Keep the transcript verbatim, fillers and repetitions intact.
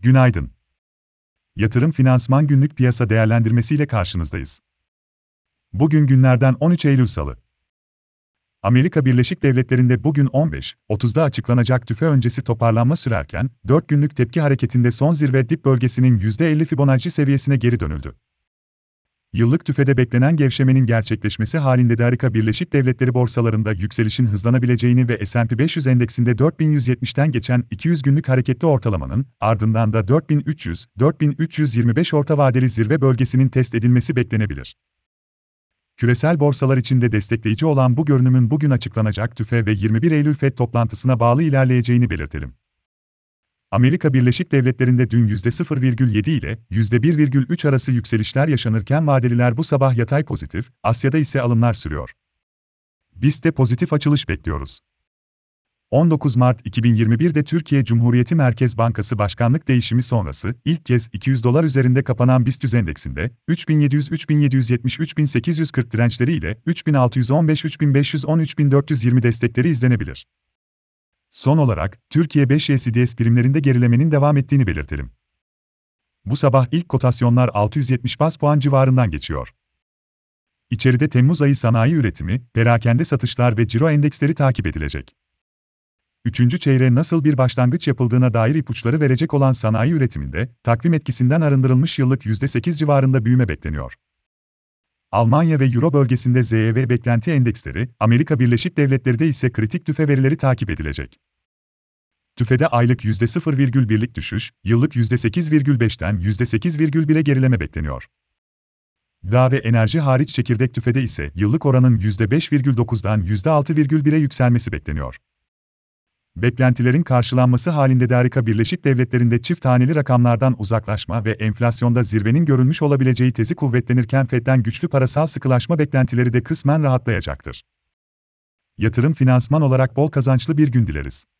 Günaydın. Yatırım Finansman Günlük Piyasa Değerlendirmesi ile karşınızdayız. Bugün günlerden on üç Eylül Salı. Amerika Birleşik Devletleri'nde bugün on beş otuzda açıklanacak tüfe öncesi toparlanma sürerken, dört günlük tepki hareketinde son zirve dip bölgesinin yüzde elli Fibonacci seviyesine geri dönüldü. Yıllık tüfede beklenen gevşemenin gerçekleşmesi halinde de Amerika Birleşik Devletleri borsalarında yükselişin hızlanabileceğini ve S and P beş yüz endeksinde dört bin yüz yetmişten geçen iki yüz günlük hareketli ortalamanın, ardından da dört bin üç yüz dört bin üç yüz yirmi beş orta vadeli zirve bölgesinin test edilmesi beklenebilir. Küresel borsalar için de destekleyici olan bu görünümün bugün açıklanacak tüfe ve yirmi bir Eylül Fed toplantısına bağlı ilerleyeceğini belirtelim. Amerika Birleşik Devletleri'nde dün yüzde sıfır virgül yedi ile yüzde bir virgül üç arası yükselişler yaşanırken vadeliler bu sabah yatay pozitif, Asya'da ise alımlar sürüyor. Biz de pozitif açılış bekliyoruz. on dokuz Mart iki bin yirmi bir'de Türkiye Cumhuriyeti Merkez Bankası Başkanlık değişimi sonrası ilk kez iki yüz dolar üzerinde kapanan BIST yüz endeksinde üç bin yedi yüz üç bin yedi yüz yetmiş üç bin sekiz yüz kırk dirençleri ile üç bin altı yüz on beş üç bin beş yüz on üç bin dört yüz yirmi destekleri izlenebilir. Son olarak, Türkiye beş Y C D S primlerinde gerilemenin devam ettiğini belirtelim. Bu sabah ilk kotasyonlar altı yüz yetmiş baz puan civarından geçiyor. İçeride Temmuz ayı sanayi üretimi, perakende satışlar ve ciro endeksleri takip edilecek. Üçüncü çeyreğe nasıl bir başlangıç yapıldığına dair ipuçları verecek olan sanayi üretiminde, takvim etkisinden arındırılmış yıllık yüzde sekiz civarında büyüme bekleniyor. Almanya ve Euro bölgesinde Z E V beklenti endeksleri, Amerika Birleşik Devletleri'de ise kritik tüfe verileri takip edilecek. Tüfede aylık yüzde sıfır virgül bir'lik düşüş, yıllık yüzde sekiz virgül beşten yüzde sekiz virgül bir'e gerileme bekleniyor. Gıda ve enerji hariç çekirdek tüfede ise yıllık oranın yüzde beş virgül dokuzdan yüzde altı virgül bir'e yükselmesi bekleniyor. Beklentilerin karşılanması halinde de Amerika Birleşik Devletleri'nde çift haneli rakamlardan uzaklaşma ve enflasyonda zirvenin görülmüş olabileceği tezi kuvvetlenirken Fed'den güçlü parasal sıkılaşma beklentileri de kısmen rahatlayacaktır. Yatırım finansman olarak bol kazançlı bir gün dileriz.